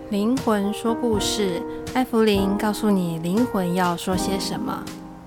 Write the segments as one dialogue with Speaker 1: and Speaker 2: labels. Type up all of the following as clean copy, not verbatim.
Speaker 1: 灵魂说故事，艾芙琳告诉你灵魂要说些什么。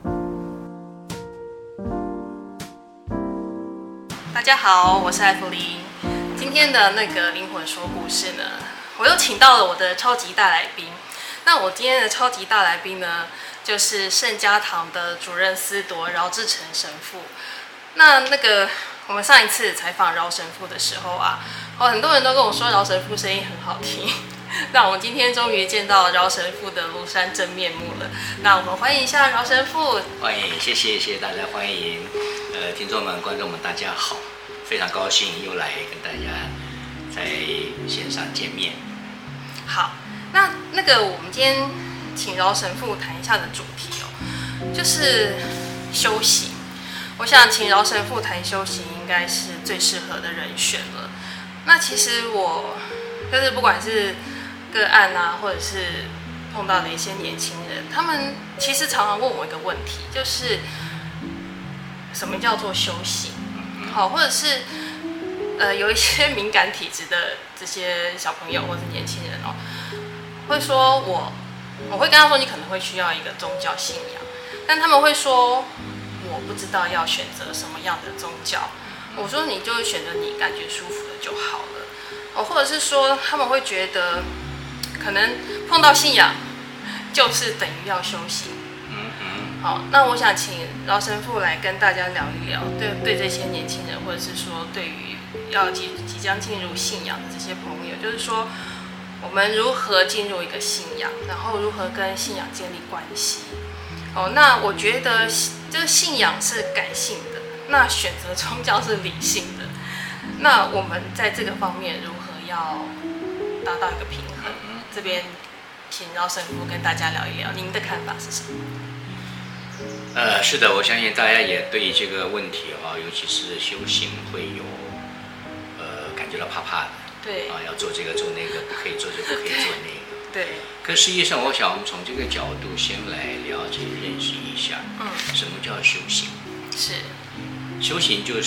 Speaker 1: 大家好，我是艾芙琳。今天的灵魂说故事呢，我又请到了我的超级大来宾。那我今天的超级大来宾呢，就是圣家堂的主任司铎饶志成神父。那我们上一次采访饶神父的时候啊，很多人都跟我说饶神父声音很好听。那我们今天终于见到饶神父的庐山真面目了。那我们欢迎一下饶神父。
Speaker 2: 欢迎，谢谢大家欢迎。听众们、观众们，大家好，非常高兴又来跟大家在线上见面。
Speaker 1: 好，那我们今天请饶神父谈一下的主题就是修行。我想请饶神父谈修行，应该是最适合的人选了。那其实我就是不管是个案啊，或者是碰到的一些年轻人，他们其实常常问我一个问题，就是什么叫做修行？好，或者是有一些敏感体质的这些小朋友或是年轻人会说我会跟他说，你可能会需要一个宗教信仰，但他们会说我不知道要选择什么样的宗教。我说你就选择你感觉舒服的就好了。或者是说他们会觉得可能碰到信仰就是等于要修行。好，那我想请饶神父来跟大家聊一聊，对这些年轻人，或者是说对于要即将进入信仰的这些朋友，就是说我们如何进入一个信仰，然后如何跟信仰建立关系。那我觉得这个信仰是感性的，那选择宗教是理性的。那我们在这个方面如何要达到一个平衡？这边请饶神父跟大家聊一聊，您的看法是什么？
Speaker 2: 是的，我相信大家也对这个问题尤其是修行会有感觉到怕怕的。
Speaker 1: 对
Speaker 2: 要做这个做那个，不可以做这个，不可以做那个。
Speaker 1: 对。
Speaker 2: 可实际上，我想我们从这个角度先来了解、认识一下，什么叫修行？是。修行就是，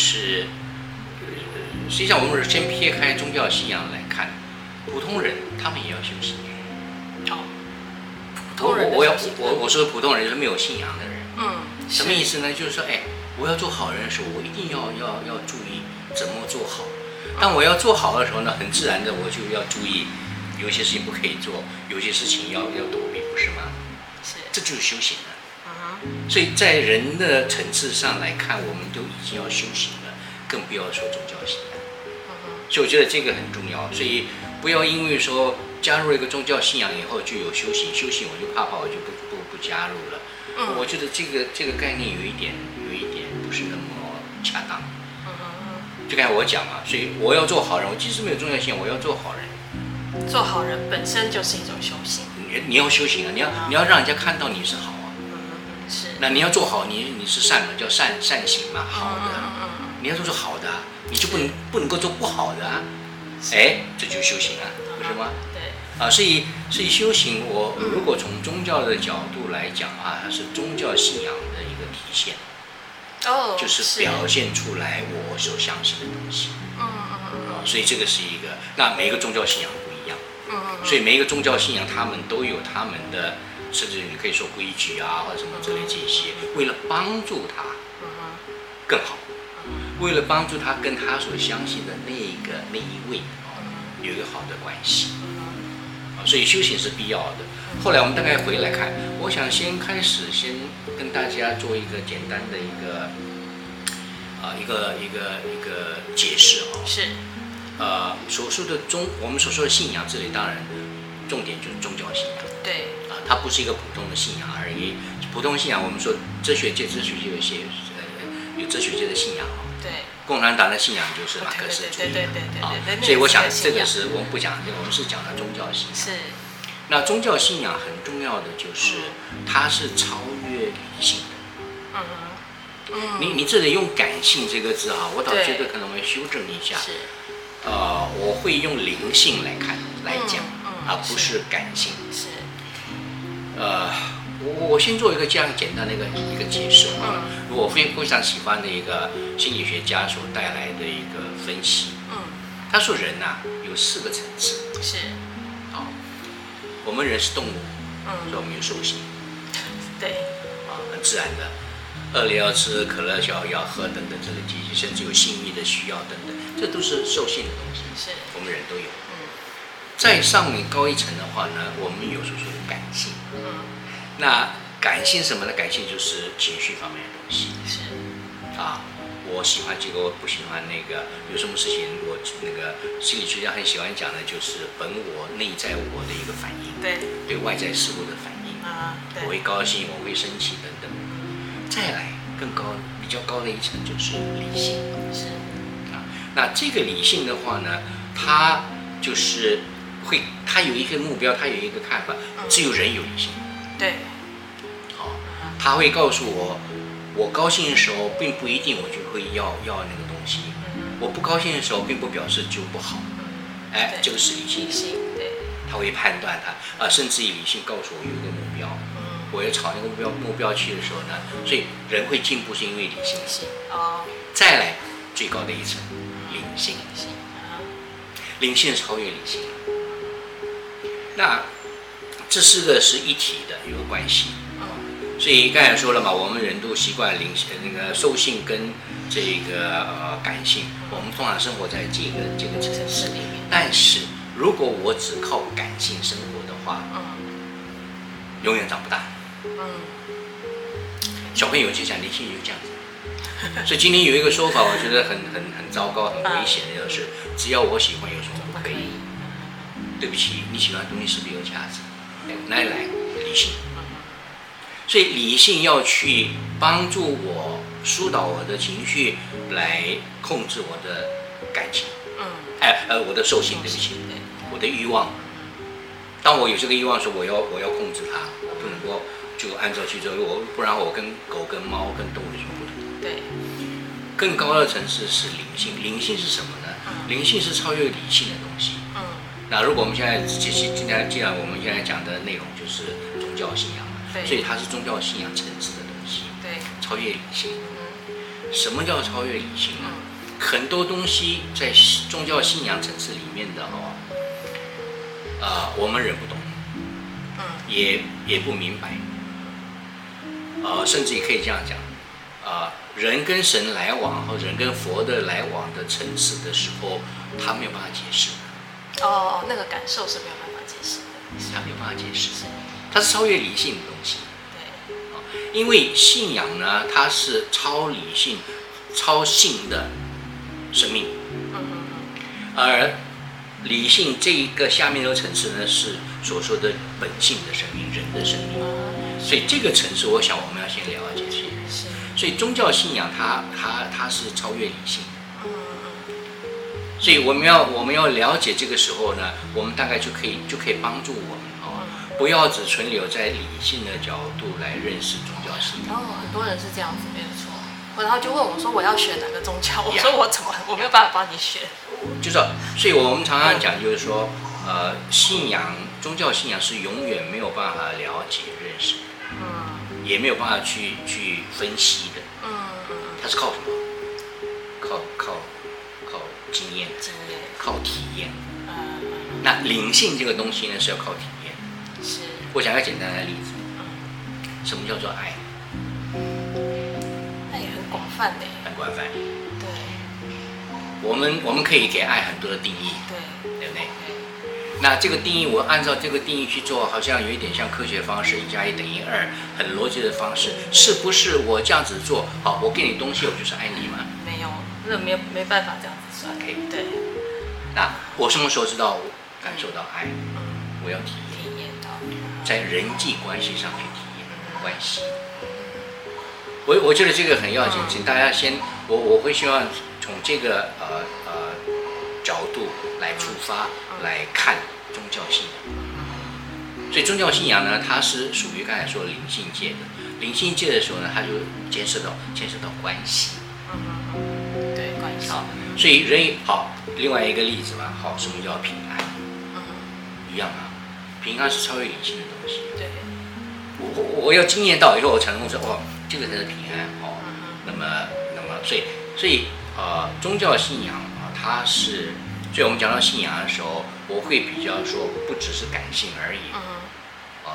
Speaker 2: 实际上我们先撇开宗教信仰来看，普通人他们也要修行。普通人我说普通人就是没有信仰的人。什么意思呢？就是说，我要做好人的时候，我一定要注意怎么做好。当我要做好的时候呢，很自然的我就要注意，有些事情不可以做，有些事情要躲避，不是吗？是，这就是修行了。所以在人的层次上来看，我们都已经要修行了，更不要说宗教信仰。所以我觉得这个很重要。所以不要因为说加入了一个宗教信仰以后就有修行，我就怕我就不加入了。我觉得这个概念有一点不是那么恰当。就刚才我讲嘛，所以我要做好人，我即使没有宗教信仰，我要做好人。做好人本身就是一种修行。你要修行啊，你要让人家看到你是好啊。是。那你要做好，你是善嘛，叫善行嘛，好的。你要做好的，你就不能够做不好的啊。这就修行啊，不是吗？对。所以修行，我如果从宗教的角度来讲它是宗教信仰的一个体现。就是表现出来我所相信的东西。所以这个是一个，那每一个宗教信仰不一样。所以每一个宗教信仰他们都有他们的，甚至你可以说规矩啊或者什么之类这些，为了帮助他更好，为了帮助他跟他所相信的那一位有一个好的关系。所以修行是必要的。后来我们大概回来看，我想先跟大家做一个简单的一个解释是。我们所说的信仰，这里当然重点就是宗教信仰。对。它不是一个普通的信仰而已。普通信仰，我们说哲学界有些有哲学界的信仰。对。共产党的信仰就是马克思主义。对。所以我想这个是我们不讲这个，我们是讲的宗教信仰。是。那宗教信仰很重要的就是它是超越理性的。你这里用感性这个字我倒觉得可能我们修正一下。是。我会用灵性来讲，而不是感性。是。我先做一个这样简单的一个解释我非常喜欢的一个心理学家所带来的一个分析。他说人有4个层次。是。 我们人是动物，所以我们有兽性。
Speaker 1: 对。
Speaker 2: 很自然的，饿了要吃，渴了要喝等等这个机制，甚至有性欲的需要等等，这都是兽性的东西。
Speaker 1: 是。我
Speaker 2: 们人都有。再上面高一层的话呢，我们有所说的感性。那感性什么呢？感性就是情绪方面的东西。
Speaker 1: 是。
Speaker 2: 我喜欢这个，我不喜欢那个。有什么事情，我那个心理学家很喜欢讲的，就是本我、内在我的一个反应。对外在事物的反应。我会高兴，我会生气等等。再来更高、比较高的一层就是理性。
Speaker 1: 是。
Speaker 2: 那这个理性的话呢，它就是它有一个目标，它有一个看法。只有人有理性。
Speaker 1: 对。
Speaker 2: 他会告诉我，我高兴的时候并不一定我就会要那个东西。我不高兴的时候，并不表示就不好。这个是理性。
Speaker 1: 对。
Speaker 2: 他会判断它，甚至以理性告诉我有一个目标。我要朝那个目标去的时候呢，所以人会进步是因为理性。再来最高的一层，灵性。灵性超越理性。那这四个是一体的，有个关系。所以刚才说了嘛，我们人都习惯那个兽性跟这个感性，我们通常生活在这个层次里面。但是如果我只靠感性生活的话，永远长不大。小朋友就讲理性就这样子。所以今天有一个说法，我觉得很糟糕、很危险的，就是只要我喜欢，有什么不可以？对不起，你喜欢的东西是不是有价值？来理性。所以理性要去帮助我疏导我的情绪，来控制我的感情。我的兽性，对不起，我的欲望。当我有这个欲望的时候，我要控制它，我不能够就按照去做，不然我跟狗、跟猫、跟动物有什么不同？
Speaker 1: 对。
Speaker 2: 更高的层次是灵性，灵性是什么呢？灵性是超越理性的东西。那如果我们现在既然我们现在讲的内容就是宗教信仰。所以它是宗教信仰层次的东西，超越理性。什么叫超越理性呢？很多东西在宗教信仰层次里面的我们人不懂，也不明白，甚至也可以这样讲，人跟神来往或者人跟佛的来往的层次的时候，他没有办法解释。
Speaker 1: 那个感受是没有办法解释的，
Speaker 2: 他没有办法解释。它是超越理性的东西。因为信仰呢，它是超理性、超性的生命。而理性这一个下面的层次呢，是所说的本性的生命，人的生命。所以这个层次，我想我们要先了解一下。所以宗教信仰它是超越理性的。所以我们要了解这个时候呢，我们大概就可以帮助我们不要只存留在理性的角度来认识宗教信仰。
Speaker 1: 很多人是这样子，没有错。然后就问我说我要选哪个宗教？我说我没有办法帮你选。
Speaker 2: 所以我们常常讲就是说，宗教信仰是永远没有办法了解认识，也没有办法去分析的。它是靠什么？靠经验，靠体验。那灵性这个东西呢，是要靠体验。我讲个简单的例子，什么叫做爱？
Speaker 1: 那也很广泛的。
Speaker 2: 很广泛。
Speaker 1: 对。
Speaker 2: 我们可以给爱很多的定义，对不对？那这个定义，我按照这个定义去做，好像有一点像科学方式，1+1等于2，很逻辑的方式，是不是？我这样子做，好，我给你东西，我就是爱你吗？
Speaker 1: 没有，那没办法这样子算。
Speaker 2: OK。
Speaker 1: 对。
Speaker 2: 那我什么时候知道感受到爱？我要体验。在人际关系上去体验关系，我觉得这个很要紧，请大家先，我会希望从这个角度来出发来看宗教信仰。所以宗教信仰呢，它是属于刚才说灵性界的，灵性界的时候呢，它就牵涉到关系。
Speaker 1: 对，关系。
Speaker 2: 好，所以另外一个例子嘛，什么叫平安？一样啊。平安是超越理性的东西。
Speaker 1: 对。
Speaker 2: 我要经验到以后，我才能够说这个才是平安那么，所以宗教信仰它是，所以我们讲到信仰的时候，我会比较说不只是感性而已，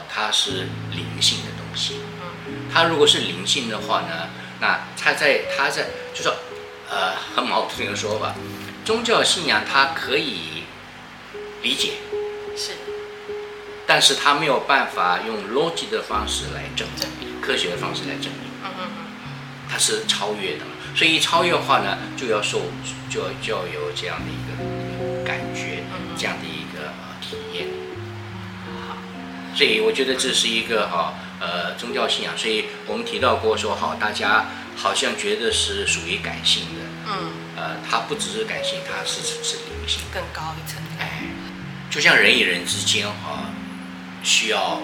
Speaker 2: 它是灵性的东西。它如果是灵性的话呢，那它在就说很矛盾的说法，宗教信仰它可以理解，
Speaker 1: 是，
Speaker 2: 但是它没有办法用逻辑的方式来证明，科学的方式来证明。它是超越的，所以超越的话呢，就要有这样的一个感觉，这样的一个体验。所以我觉得这是一个宗教信仰。所以我们提到过说大家好像觉得是属于感性的，它不只是感性，它是灵性，
Speaker 1: 更高一层。
Speaker 2: 就像人与人之间需要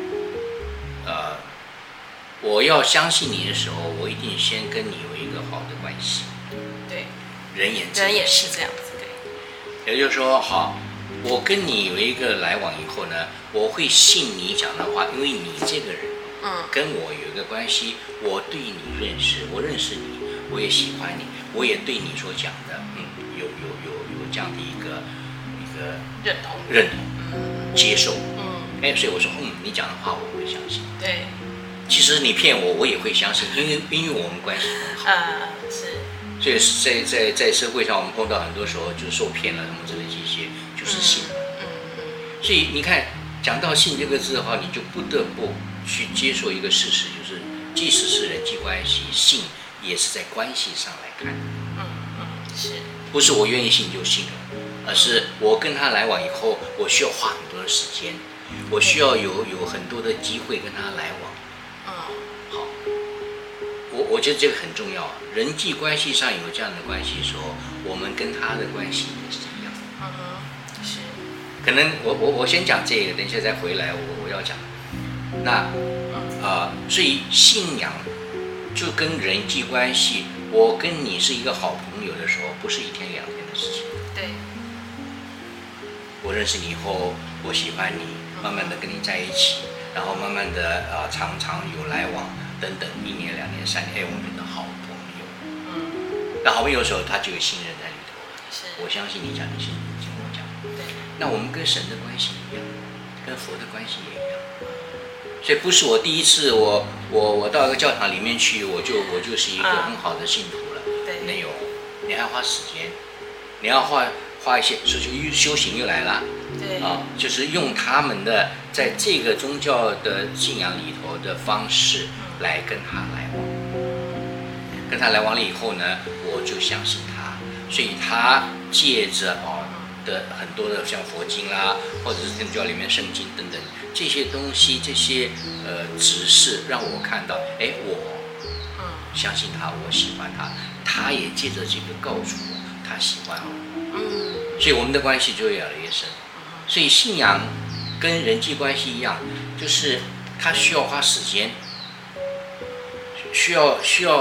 Speaker 2: 我要相信你的时候，我一定先跟你有一个好的关系。
Speaker 1: 对，
Speaker 2: 人也
Speaker 1: 是这样子。
Speaker 2: 对，也就是说，我跟你有一个来往以后呢，我会信你讲的话，因为你这个人，跟我有一个关系，我对你认识，我认识你，我也喜欢你，我也对你所讲的，有这样的一个认同，接受，所以我说，你讲的话我会相信。
Speaker 1: 对。
Speaker 2: 其实你骗我，我也会相信，因为我们关系很好。
Speaker 1: 是。
Speaker 2: 所以在社会上，我们碰到很多时候就受骗了什么之类这些，就是信。所以你看，讲到信这个字的话，你就不得不去接受一个事实，就是即使是人际关系，信也是在关系上来看。
Speaker 1: 是。不
Speaker 2: 是我愿意信就信了，而是我跟他来往以后，我需要花很多的时间，我需要有很多的机会跟他来往。好，我觉得这个很重要。人际关系上有这样的关系的时候，我们跟他的关系也是一样。
Speaker 1: 是。
Speaker 2: 可能我先讲这个，等一下再回来我要讲。那所以信仰就跟人际关系，我跟你是一个好朋友的时候，不是1天2天的事情。
Speaker 1: 对。
Speaker 2: 我认识你以后，我喜欢你，慢慢的跟你在一起。然后慢慢的常常有来往等等，1年2年3年，我们变成好朋友。那好朋友的时候，他就有信任在里头了。我相信你讲，你信我讲。
Speaker 1: 对。
Speaker 2: 那我们跟神的关系一样，跟佛的关系也一样。所以不是我第一次我到一个教堂里面去，我就是一个很好的信徒了。
Speaker 1: 对。
Speaker 2: 没有，你还要花时间，你要花一些，所以修行又来了。
Speaker 1: 对。
Speaker 2: 就是用他们的在这个宗教的信仰里头的方式来跟他来往，跟他来往了以后呢，我就相信他，所以他借着的很多的像佛经啦，或者是天主教里面圣经等等这些东西，这些指示让我看到，我相信他，我喜欢他，他也借着这个告诉我他喜欢我，所以我们的关系就越来越深。所以信仰跟人际关系一样，就是它需要花时间，需要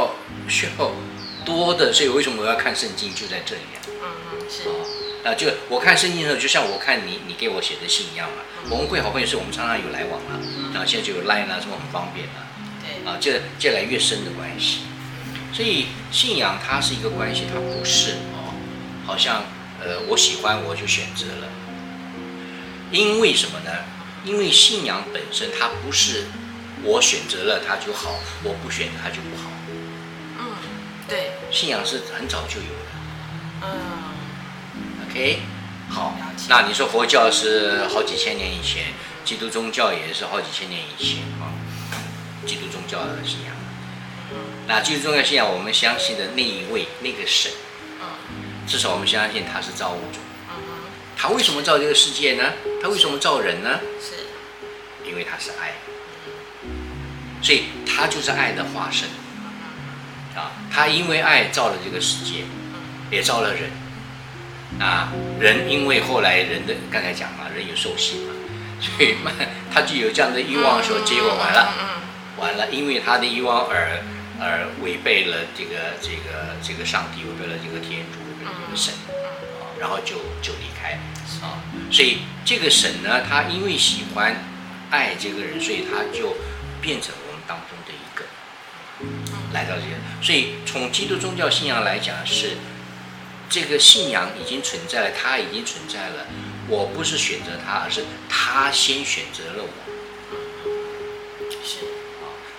Speaker 2: 多的。所以为什么我要看圣经，就在这里是。就我看圣经的时候，就像我看你给我写的信一样嘛。我们会好朋友是我们常常有来往了，现在就有 Line 什么很方便了。对。越来越深的关系。所以信仰它是一个关系，它不是好像我喜欢我就选择了。因为什么呢？因为信仰本身它不是我选择了它就好，我不选择它就不好。
Speaker 1: 对。信
Speaker 2: 仰是很早就有的。OK， 好。那你说佛教是好几千年以前，基督宗教也是好几千年以前基督宗教的信仰。那基督宗教信仰，我们相信的那一位那个神，至少我们相信他是造物主。他为什么造这个世界呢？他为什么造人呢？
Speaker 1: 是
Speaker 2: 因为他是爱，所以他就是爱的化身。他因为爱造了这个世界，也造了人。人因为后来人的刚才讲嘛，人有兽性嘛，所以他就有这样的欲望的时候，结果完了，因为他的欲望而违背了这个上帝，违背了这个天主，违背了这个神，然后就离开。所以这个神呢，他因为喜欢爱这个人，所以他就变成我们当中的一个，来到这个。所以从基督宗教信仰来讲，是这个信仰已经存在了，他已经存在了。我不是选择他，而是他先选择了我。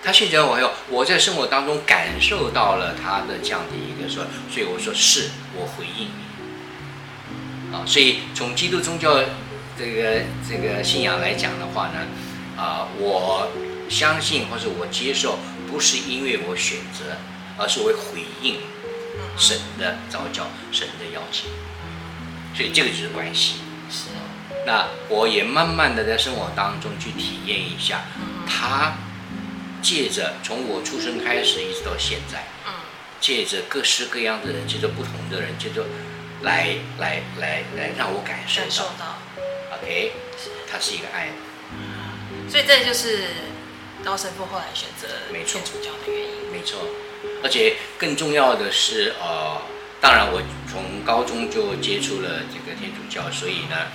Speaker 2: 他现在我在生活当中感受到了他的这样的一个说，所以我说是我回应你啊。所以从基督宗教这个信仰来讲的话呢，我相信或者我接受，不是因为我选择，而是我回应神的召叫，神的邀请。所以这个就是关系。
Speaker 1: 是。
Speaker 2: 那我也慢慢的在生活当中去体验一下，他借着从我出生开始一直到现在，借着各式各样的人，借着不同的人，借着来让我感受到。OK， 它是一个爱。
Speaker 1: 所以这就是高神父后来选择天主教的原因。
Speaker 2: 没错，而且更重要的是，当然我从高中就接触了这个天主教，所以呢，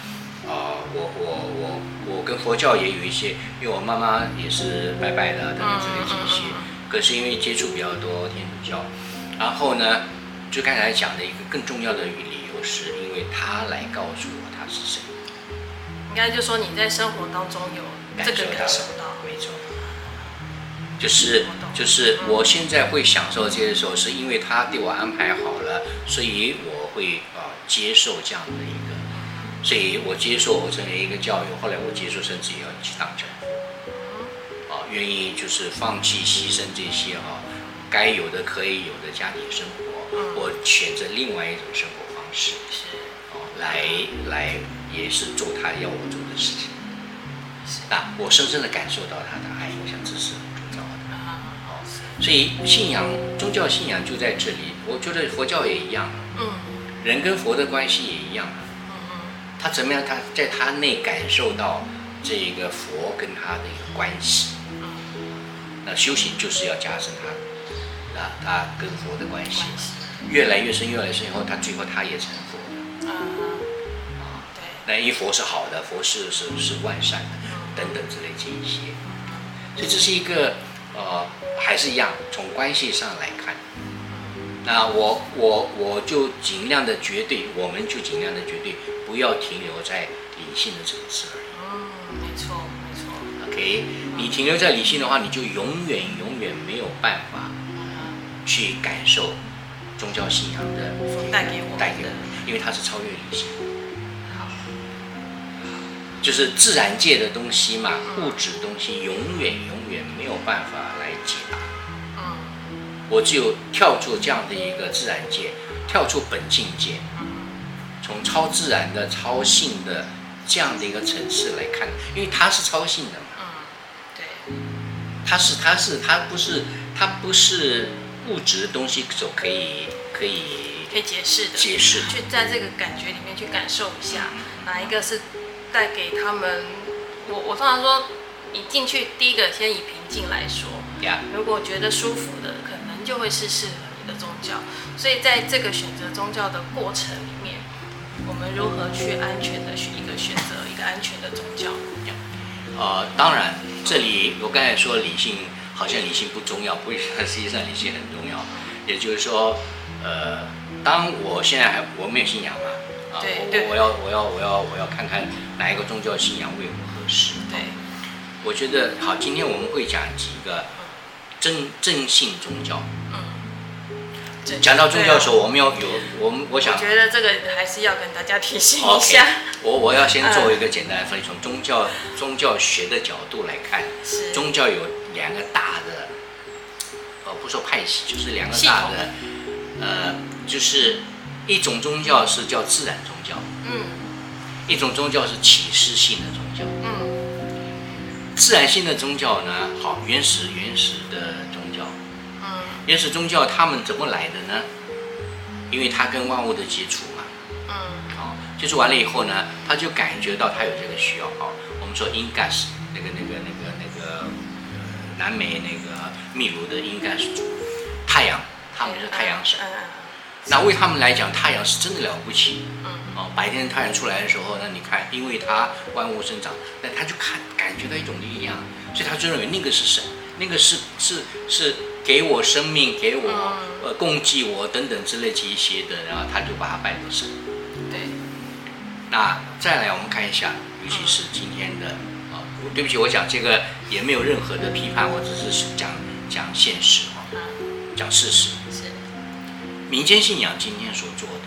Speaker 2: 我跟佛教也有一些，因为我妈妈也是拜拜的等等之类这些，可是因为接触比较多天主教，然后呢，就刚才讲的一个更重要的理由，是因为他来告诉我他是谁。
Speaker 1: 应该就说你在生活当中有这个感受到，
Speaker 2: 没错，就是我现在会享受这些时候，是因为他对我安排好了，所以我会接受这样的一个，所以我接受我成为一个教友，后来我接受甚至也要去当教父，愿意就是放弃牺牲这些该有的可以有的家庭生活，我选择另外一种生活方式，来也是做他要我做的事情。那我深深的感受到他的爱，我想这是很重要的。所以宗教信仰就在这里。我觉得佛教也一样，人跟佛的关系也一样，他怎么样？他在他内感受到这个佛跟他的一个关系。那修行就是要加深他跟佛的关系，越来越深，越来越深以后，最后他也成佛了。那因为佛是好的，佛是万善的，等等之类这一些，所以这是一个还是一样从关系上来看。那我就尽量的我们就尽量的绝对不要停留在理性的层次而已。
Speaker 1: 没错。
Speaker 2: OK， 你停留在理性的话，你就永远没有办法去感受宗教信仰的
Speaker 1: 带给我们的，
Speaker 2: 因为它是超越理性。就是自然界的东西嘛，物质的东西永远没有办法来解答。我只有跳出这样的一个自然界，跳出本性界，从超自然的、超性的这样的一个层次来看，因为它是超性的嘛。
Speaker 1: 对。
Speaker 2: 它不是物质的东西所可以
Speaker 1: 解释的。去在这个感觉里面去感受一下，哪一个是带给他们，我通常说，你进去第一个先以平静来说，如果觉得舒服的，可能就会是适合你的宗教。所以在这个选择宗教的过程里面，我们如何去安全的选择一个安全的宗教？
Speaker 2: 当然，这里我刚才说理性，好像理性不重要，不，实际上理性很重要。也就是说，当我现在我没有信仰嘛。我要看看哪一个宗教信仰为我合适。
Speaker 1: 对，
Speaker 2: 我觉得好，今天我们会讲几个正信宗教。讲到宗教的时候，我想，
Speaker 1: 我觉得这个还是要跟大家提醒一下。
Speaker 2: 我要先做一个简单的分析，从宗教学的角度来看，宗教有两个大的，不说派系，就是两个大的，就是一种宗教是叫自然宗教，一种宗教是启示性的宗教，自然性的宗教呢，好，原始的宗教，原始宗教他们怎么来的呢？因为他跟万物的接触嘛，接触完了以后呢，他就感觉到他有这个需要，我们说因盖斯那个南美那个秘鲁的因盖斯族，太阳，他们是太阳神。那为他们来讲，太阳是真的了不起。白天太阳出来的时候呢，你看，因为它万物生长，那他就感觉到一种力量，所以他就认为那个是神，那个是给我生命，给我供给我等等之类这一些的，然后他就把它拜作神。
Speaker 1: 对。
Speaker 2: 那再来我们看一下，尤其是今天的对不起，我讲这个也没有任何的批判，我只是讲讲现实讲事实。
Speaker 1: 是
Speaker 2: 民间信仰今天所做的，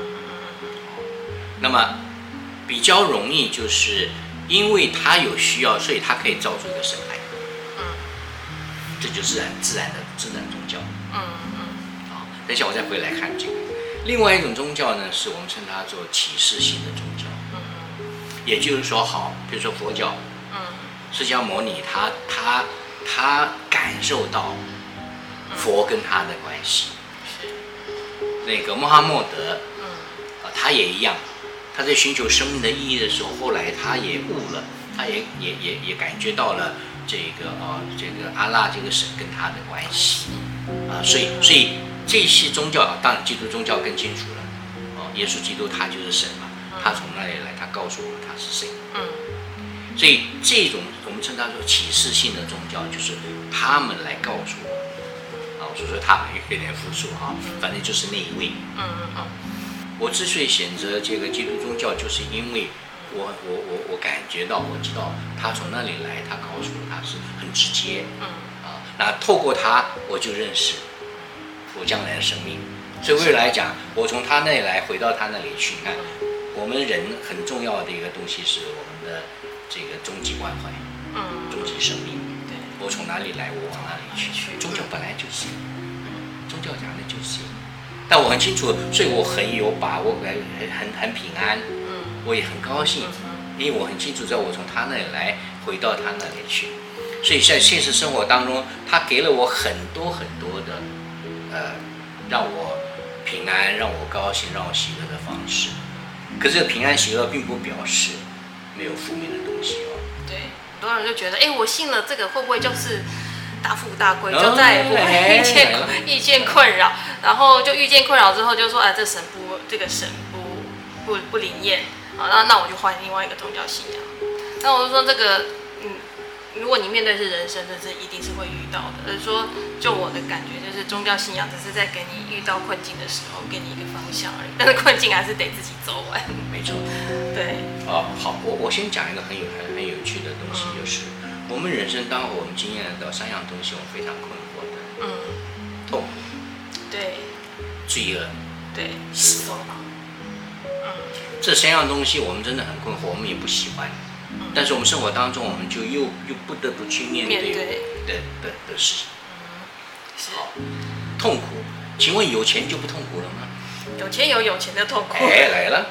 Speaker 2: 那么比较容易，就是因为他有需要，所以他可以造出一个神来。这就是自然宗教。好，等一下我再回来看这个。另外一种宗教呢，是我们称它做启示性的宗教。也就是说，好，比如说佛教，释迦牟尼他感受到佛跟他的关系。那个穆罕默德，他也一样，他在寻求生命的意义的时候，后来他也悟了，他也感觉到了这个阿拉这个神跟他的关系所以这些宗教，当然基督宗教更清楚了，耶稣基督他就是神嘛，他从那里来，他告诉我们他是谁。所以这种我们称它做启示性的宗教，就是他们来告诉我们。我说他们有点复数反正就是那一位。我之所以选择这个基督宗教，就是因为我感觉到，我知道他从那里来，他告诉我他是很直接。那透过他，我就认识我将来的生命。所以未来讲，我从他那里来，回到他那里去。你看，我们人很重要的一个东西是我们的这个终极关怀，终极生命。我从哪里来，我往哪里去。宗教本来就是，宗教讲的就是，但我很清楚，所以我很有把握，很平安，我也很高兴，因为我很清楚，在我从他那里来，回到他那里去。所以在现实生活当中，他给了我很多很多的，让我平安、让我高兴、让我喜乐的方式。可是平安喜乐并不表示没有负面的东西
Speaker 1: 对。很多人就觉得，我信了这个会不会就是大富大贵，就再也不会遇见困扰，然后就遇见困扰之后就说，这个神不灵验，那我就换另外一个宗教信仰。那我就说这个，如果你面对是人生，这是一定是会遇到的。而是说，就我的感觉，就是宗教信仰只是在给你遇到困境的时候，给你一个方向而已，但是困境还是得自己走完。
Speaker 2: 没错。
Speaker 1: 对。
Speaker 2: 好，我先讲一个很有趣的东西，就是我们人生当中我们经验到3样东西，我们非常困惑的。痛苦。对。罪恶。对。死亡。这3样东西我们真的很困惑，我们也不喜欢。但是我们生活当中，我们就又不得不去面对的事情。好，痛苦。请问有钱就不痛苦了吗？
Speaker 1: 有钱有有钱的痛苦。
Speaker 2: 来了。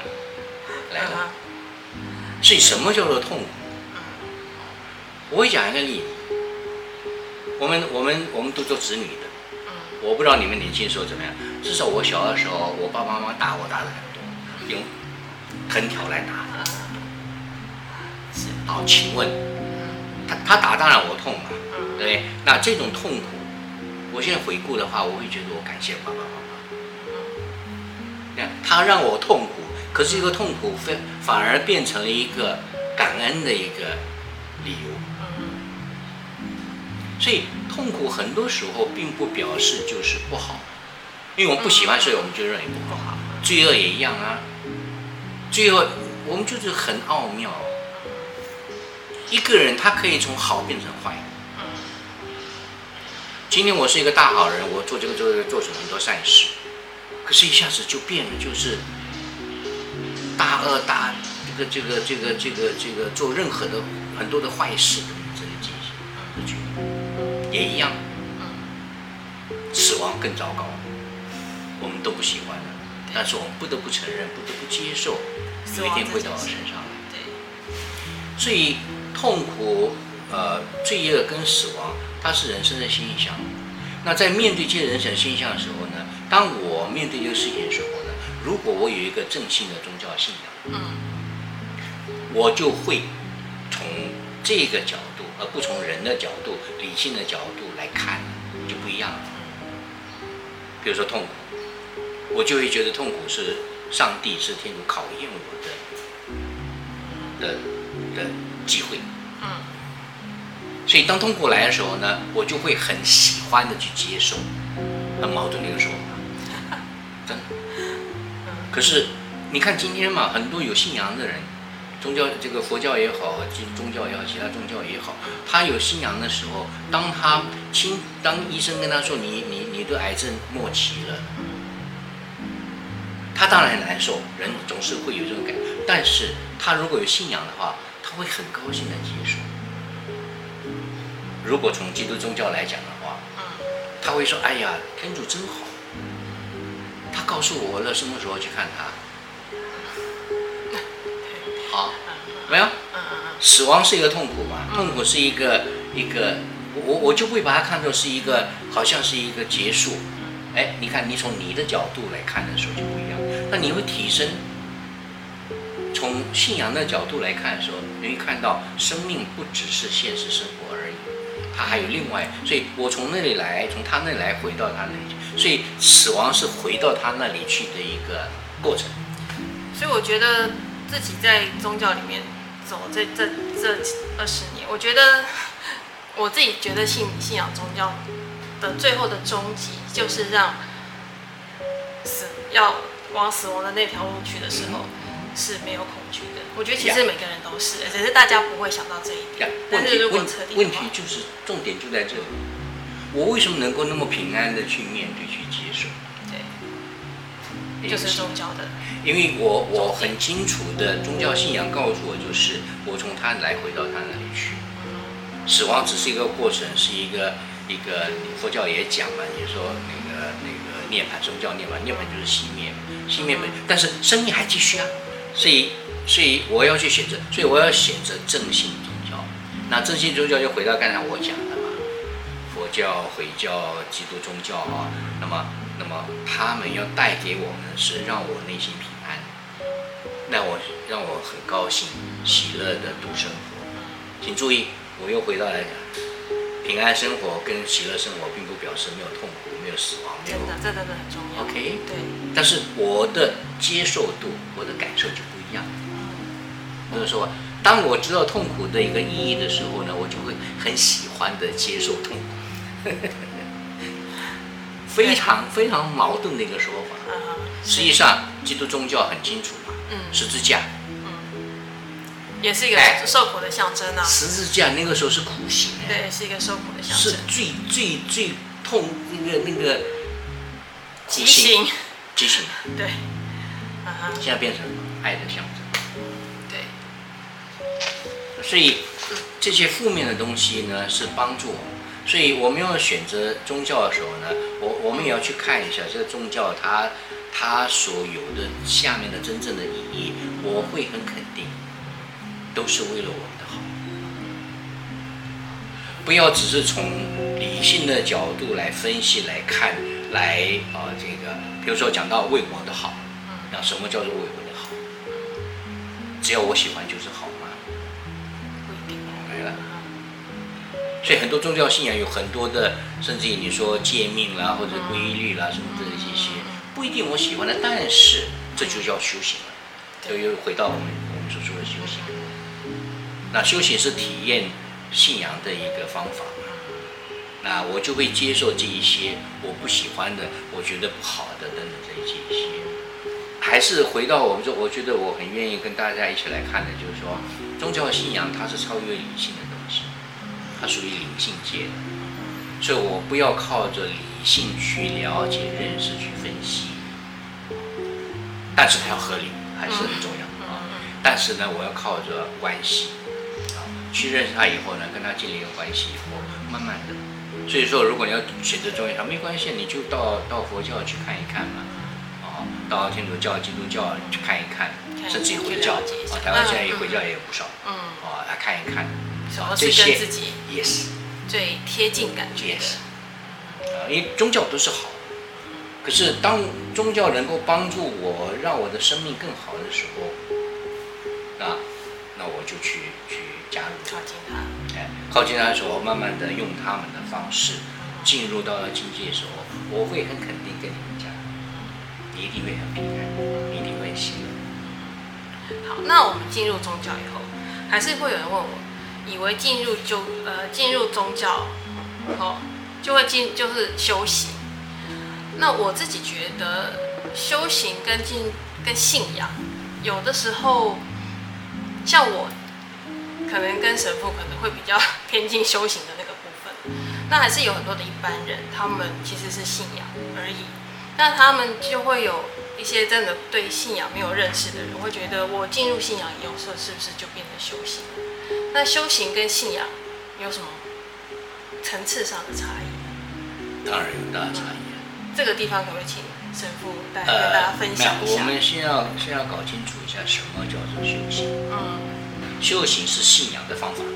Speaker 2: 所以什么叫做痛苦？我会讲一个例子。我们都做子女的。我不知道你们年轻的时候怎么样。至少我小的时候，我爸爸妈妈打我打得很多，用藤条来打。好，请问，他打当然我痛嘛，对不对？那这种痛苦，我现在回顾的话，我会觉得我感谢爸爸妈妈。他让我痛苦，可是这个痛苦反而变成了一个感恩的一个理由。所以痛苦很多时候并不表示就是不好，因为我们不喜欢，所以我们就认为不好。罪恶也一样啊，罪恶我们就是很奥妙。一个人他可以从好变成坏。今天我是一个大好人，我做做很多善事，可是一下子就变了，就是大恶大这个做任何的很多的坏事的这个进行，也一样。死亡更糟糕，我们都不喜欢的，但是我们不得不承认，不得不接受，有一天会到我身上来。所以痛苦、罪恶跟死亡，它是人生的现象。那在面对这些人生现象的时候呢，当我面对这个事情的时候呢，如果我有一个正信的宗教信仰，我就会从这个角度，而不从人的角度、理性的角度来看，就不一样了。比如说痛苦，我就会觉得痛苦是上帝是天主考验我的机会。所以当痛苦来的时候呢，我就会很喜欢的去接受，很矛盾的一个说法，真的。可是你看今天嘛，很多有信仰的人， 宗教这个佛教也好，宗教也好，其他宗教也好，他有信仰的时候，当医生跟他说你的癌症末期了，他当然很难受，人总是会有这种感觉。但是他如果有信仰的话，他会很高兴的接受。如果从基督宗教来讲的话，他会说：“哎呀，天主真好，他告诉我了什么时候去看他。”好，没有，死亡是一个痛苦嘛，痛苦是一个，我就会把它看作是一个，好像是一个结束。哎，你看，你从你的角度来看的时候就不一样，那你会提升。从信仰的角度来看的时候，你会看到生命不只是现实生活而已，它还有另外。所以我从他那里来回到他那里去，所以死亡是回到他那里去的一个过程。
Speaker 1: 所以我觉得自己在宗教里面走这20年，我觉得我自己觉得信仰宗教的最后的终极，就是让要往死亡的那条路去的时候。是没有恐惧的，我觉得其实每个人都是，只是大家不会想到这一点。但是如果彻底的话，
Speaker 2: 问题就是重点就在这里。我为什么能够那么平安的去面对、去接受？
Speaker 1: 对，就是宗教的。
Speaker 2: 因为我很清楚的宗教信仰告诉我，就是我从他来回到他那里去。死亡只是一个过程，是一个佛教也讲嘛，也说那个涅槃，什么叫涅槃？涅槃就是熄灭本，但是生命还继续啊。所以我要去选择，所以我要选择正信宗教。那正信宗教就回到刚才我讲的嘛，佛教、回教、基督宗教啊，那么他们要带给我们是让我内心平安，让我很高兴、喜乐的度生活。请注意，我又回到来讲，平安生活跟喜乐生活，并不表示没有痛苦、没有死亡，没有。
Speaker 1: 真的很重要。
Speaker 2: OK，
Speaker 1: 对。
Speaker 2: 但是我的接受度、我的感受就不一样。就是说，当我知道痛苦的一个意义的时候呢，我就会很喜欢的接受痛苦。非常矛盾的一个说法。实际上，基督宗教很清楚嘛，十字架，
Speaker 1: 也是一个受苦的象征啊。
Speaker 2: 十字架那个时候是苦刑，
Speaker 1: 对，是一个受苦的象征，
Speaker 2: 是最痛那个
Speaker 1: 极刑，对，
Speaker 2: 现在变成爱的象征，
Speaker 1: 对，
Speaker 2: 所以这些负面的东西呢是帮助我们，所以我们要选择宗教的时候呢，我们也要去看一下这个宗教它所有的下面的真正的意义，我会很肯定，都是为了我们的好，不要只是从理性的角度来分析来看。这个，比如说讲到为我的好，那什么叫做为我的好？只要我喜欢就是好吗？
Speaker 1: 不一定。
Speaker 2: 没了。所以很多宗教信仰有很多的，甚至于你说诫命啦，或者规律啦，什么这些，不一定我喜欢的，但是这就叫修行了。就又回到我们所说的修行。那修行是体验信仰的一个方法。那我就会接受这一些我不喜欢的，我觉得不好的等等这一些，还是回到我觉得我很愿意跟大家一起来看的，就是说，宗教信仰它是超越理性的东西，它属于灵性界的，所以我不要靠着理性去了解、认识、去分析，但是它要合理，还是很重要啊。但是呢，我要靠着关系啊，去认识他以后呢，跟他建立一个关系以后，慢慢的。所以说，如果你要选择宗教，没关系，你就到佛教去看一看嘛，到天主教、基督教去看一看，甚至于回教，台湾现在也回教也有不少，来看一看，
Speaker 1: 这些跟自己
Speaker 2: yes
Speaker 1: 最贴近感觉的，
Speaker 2: 因为宗教都是好，可是当宗教能够帮助我，让我的生命更好的时候，那我就去加入，
Speaker 1: 靠近他。
Speaker 2: 靠近他的时候，慢慢的用他们的方式进入到了境界的时候，我会很肯定跟你们讲，你一定会很平安，你一定会喜乐。
Speaker 1: 好，那我们进入宗教以后，还是会有人问我，以为进入宗教后就会就是修行。那我自己觉得修行跟信仰，有的时候像我可能跟神父可能会比较偏近修行的那个部分，那还是有很多的一般人，他们其实是信仰而已，那他们就会有一些真的对信仰没有认识的人，会觉得我进入信仰以后，是不是就变成修行？那修行跟信仰有什么层次上的差异？
Speaker 2: 当然有大差异。
Speaker 1: 这个地方可不可以请神父跟大家分享一下？
Speaker 2: 我们先要搞清楚一下什么叫做修行。修行是信仰的方法。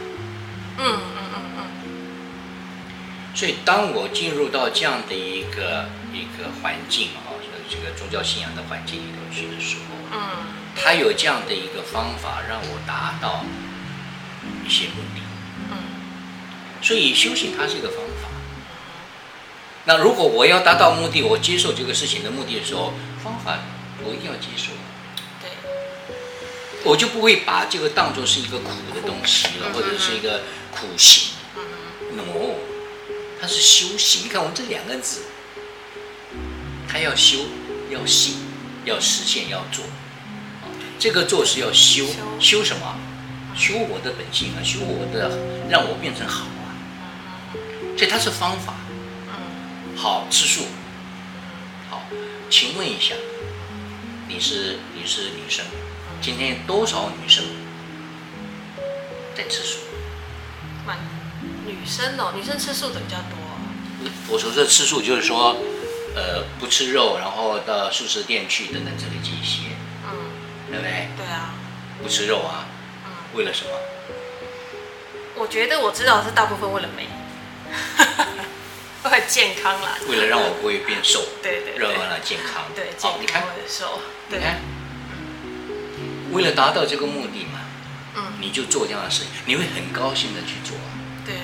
Speaker 2: 所以当我进入到这样的一个环境这个宗教信仰的环境里头去的时候，它有这样的一个方法让我达到一些目的。所以修行它是一个方法。那如果我要达到目的，我接受这个事情的目的的时候，方法我一定要接受。
Speaker 1: 对，
Speaker 2: 我就不会把这个当作是一个苦的东西了，或者是一个苦行。No， 它是修行。你看我们这2个字，它要修，要行，要实现，要做。这个做是要修，修什么？修我的本性啊，修我的，让我变成好啊。所以它是方法。好，吃素。好，请问一下，你是女生，今天多少女生在吃素？
Speaker 1: 女生吃素的比较多。
Speaker 2: 我说的吃素就是说，不吃肉，然后到素食店去等等这类这些，对不对？
Speaker 1: 对啊。
Speaker 2: 不吃肉啊，为了什么？
Speaker 1: 我觉得我知道是大部分为了美。为了健康啦，
Speaker 2: 为了让我不会变瘦，
Speaker 1: 对，
Speaker 2: 让我来健康，
Speaker 1: 对，健康为了瘦，
Speaker 2: 你看，为了达到这个目的嘛，你就做这样的事情，你会很高兴的去做啊，
Speaker 1: 对，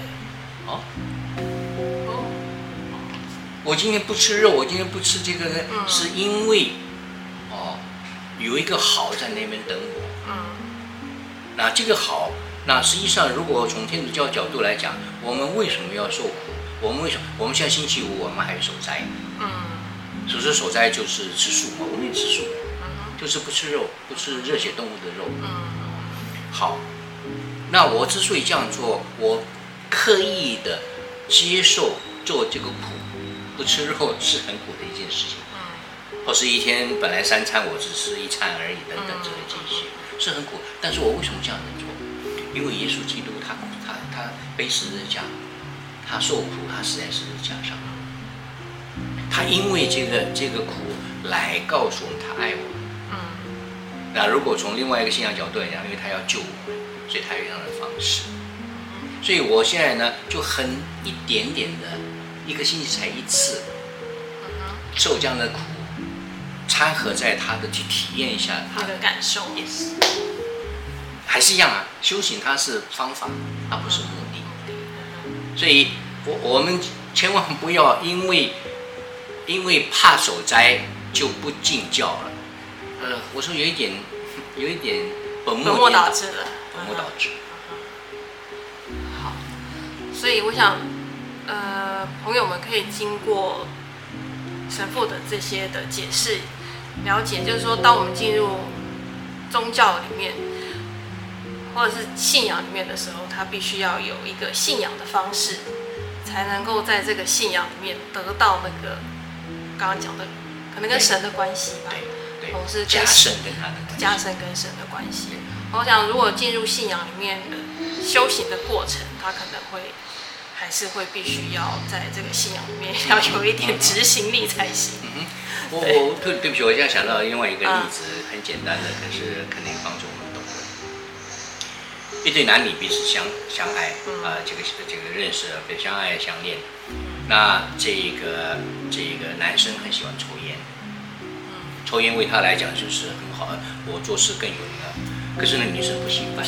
Speaker 2: 我今天不吃肉，我今天不吃这个呢，是因为有一个好在那边等我，那这个好，那实际上如果从天主教角度来讲，我们为什么要受苦？我们为什么？我们现在星期五，我们还守斋。所说守斋就是吃素嘛，我们也吃素，就是不吃肉，不吃热血动物的肉。好，那我之所以这样做，我刻意的接受做这个苦，不吃肉是很苦的一件事情。或是一天本来3餐我只吃1餐而已，等等之类这些是很苦。但是我为什么这样子做？因为耶稣基督他背十字架。他受苦，他死在十字架上。他因为这个苦来告诉我们他爱我们。那如果从另外一个信仰角度来讲，因为他要救我们，所以他有这样的方式。所以我现在呢，就很一点点的，1个星期才1次，受这样的苦，掺和在他的去体验一下
Speaker 1: 他的感受。
Speaker 2: Yes， 还是一样啊，修行它是方法，它不是目的。所以我们千万不要因为怕守斋就不敬教了。我说有一点本末倒置了。本末倒置。
Speaker 1: 好，所以我想，朋友们可以经过神父的这些的解释，了解，就是说，当我们进入宗教里面，或者是信仰里面的时候，他必须要有一个信仰的方式，才能够在这个信仰里面得到那个刚刚讲的，可能跟神的关系吧，或是
Speaker 2: 加深跟他的
Speaker 1: 加深跟神的关系。我想，如果进入信仰里面的修行的过程，他可能还是会必须要在这个信仰里面要有一点执行力才行。
Speaker 2: 对不起，我现在想到另外一个例子，很简单的，可是肯定帮助我们懂的。一对男女彼此相爱这个认识，相爱相恋。那这个男生很喜欢抽烟，抽烟为他来讲就是很好，我做事更有那个。可是呢，女生不喜欢。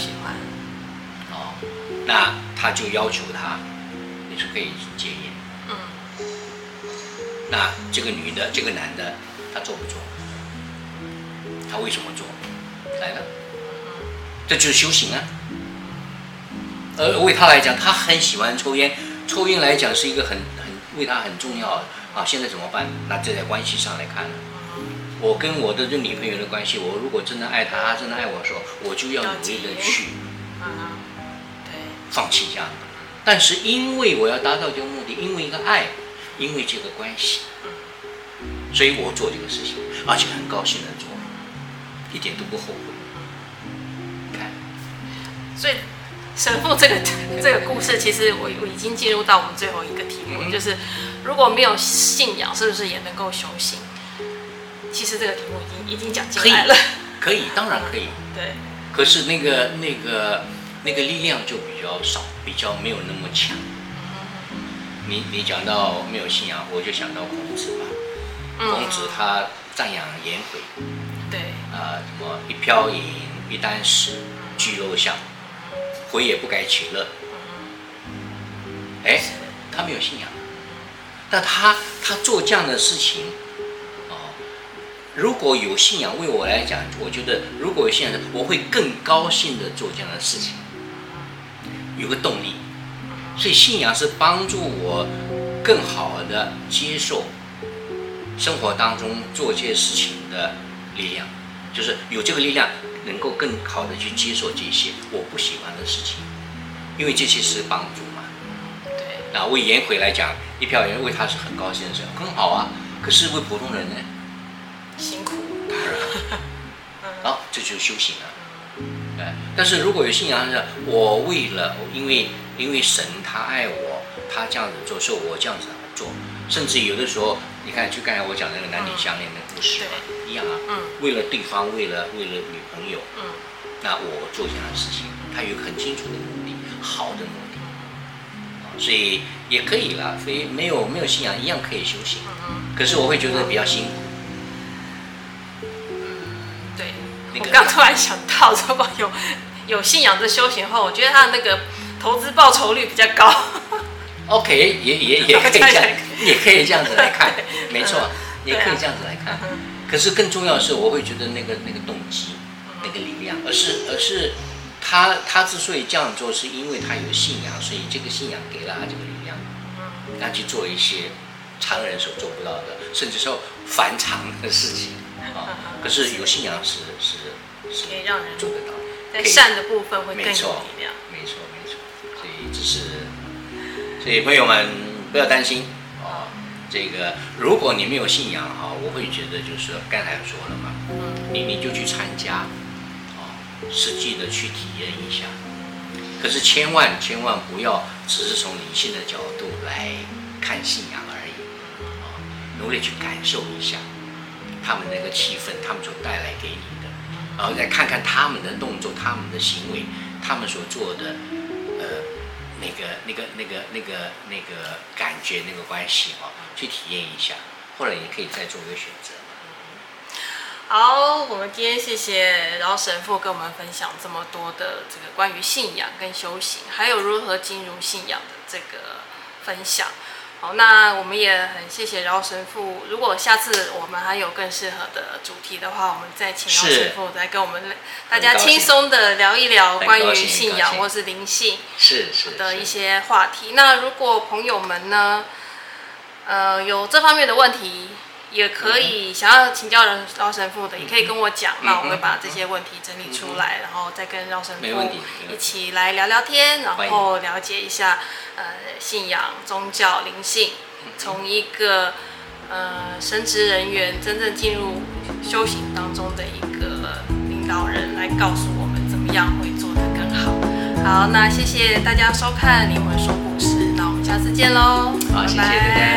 Speaker 2: 那他就要求他，你是可以戒烟。那这个男的，他做不做？他为什么做？来了，这就是修行啊。而为他来讲，他很喜欢抽烟，抽烟来讲是一个很为他很重要的啊。现在怎么办？那这在关系上来看呢， 我跟我的这女朋友的关系，我如果真的爱她，她真的爱我的时候，我就要努力的去放弃这样。但是因为我要达到这个目的，因为一个爱，因为这个关系，所以我做这个事情，而且很高兴的做，一点都不后悔。你看，
Speaker 1: 所以神父这个故事，其实我已经进入到我们最后一个题目，就是如果没有信仰，是不是也能够修行？其实这个题目已经讲进来了。
Speaker 2: 可以，当然可以。
Speaker 1: 对。
Speaker 2: 可是那个力量就比较少，比较没有那么强。你讲到没有信仰，我就想到孔子吧。孔子他赞扬颜回。
Speaker 1: 对。
Speaker 2: 什么一瓢饮，一箪食，居陋巷，回也不改其乐。他没有信仰，但他做这样的事情。如果有信仰，为我来讲，我觉得如果有信仰，我会更高兴的做这样的事情，有个动力。所以信仰是帮助我更好的接受生活当中做这些事情的力量，就是有这个力量能够更好的去接受这些我不喜欢的事情，因为这些是帮助嘛。
Speaker 1: 对。
Speaker 2: 那为颜回来讲，一瓢饮为他是很高兴的事，很好啊。可是为普通人呢？
Speaker 1: 辛苦，
Speaker 2: 当然，这就是修行了。但是如果有信仰是，我因为神他爱我，他这样子做，所以我这样子做。甚至有的时候，你看，就刚才我讲的那个男女相恋的故事一样啊。为了对方，为了女朋友，那我做这样的事情，他有一个很清楚的目的，好的目的。所以也可以啦，所以没有信仰一样可以修行。可是我会觉得比较辛苦。
Speaker 1: 我刚突然想到，如果有信仰的修行后，我觉得他的那个投资报酬率比较高。
Speaker 2: OK， 也可以这样，也可以这样子来看，没错，也可以这样子来看。可是更重要的是，我会觉得那个动机，那个力量，而是他之所以这样做，是因为他有信仰，所以这个信仰给了他这个力量，他去做一些常人所做不到的，甚至说反常的事情。可是有信仰是
Speaker 1: 可以让人
Speaker 2: 做得到，
Speaker 1: 在善的部分会更有力量。
Speaker 2: 没错。所以朋友们不要担心这个如果你没有信仰我会觉得就是刚才说了嘛，你就去参加实际的去体验一下。可是千万不要只是从理性的角度来看信仰而已，努力去感受一下他们那个气氛，他们所带来给你的，然后再看看他们的动作、他们的行为、他们所做的那个感觉、那个关系去体验一下，后来也可以再做一个选择。
Speaker 1: 好，我们今天谢谢饶神父跟我们分享这么多的这个关于信仰跟修行，还有如何进入信仰的这个分享。好，那我们也很谢谢饶神父。如果下次我们还有更适合的主题的话，我们再请饶神父再跟我们大家轻松的聊一聊关于信仰或是灵性的一些话题。那如果朋友们呢，有这方面的问题，也可以想要请教饶神父的，也可以跟我讲，那我会把这些问题整理出来，然后再跟饶神父一起来聊聊天，然后了解一下信仰、宗教、灵性，从一个神职人员真正进入修行当中的一个领导人来告诉我们怎么样会做得更好。好，那谢谢大家收看灵魂说故事，那我们下次见喽，
Speaker 2: 好，谢谢大家。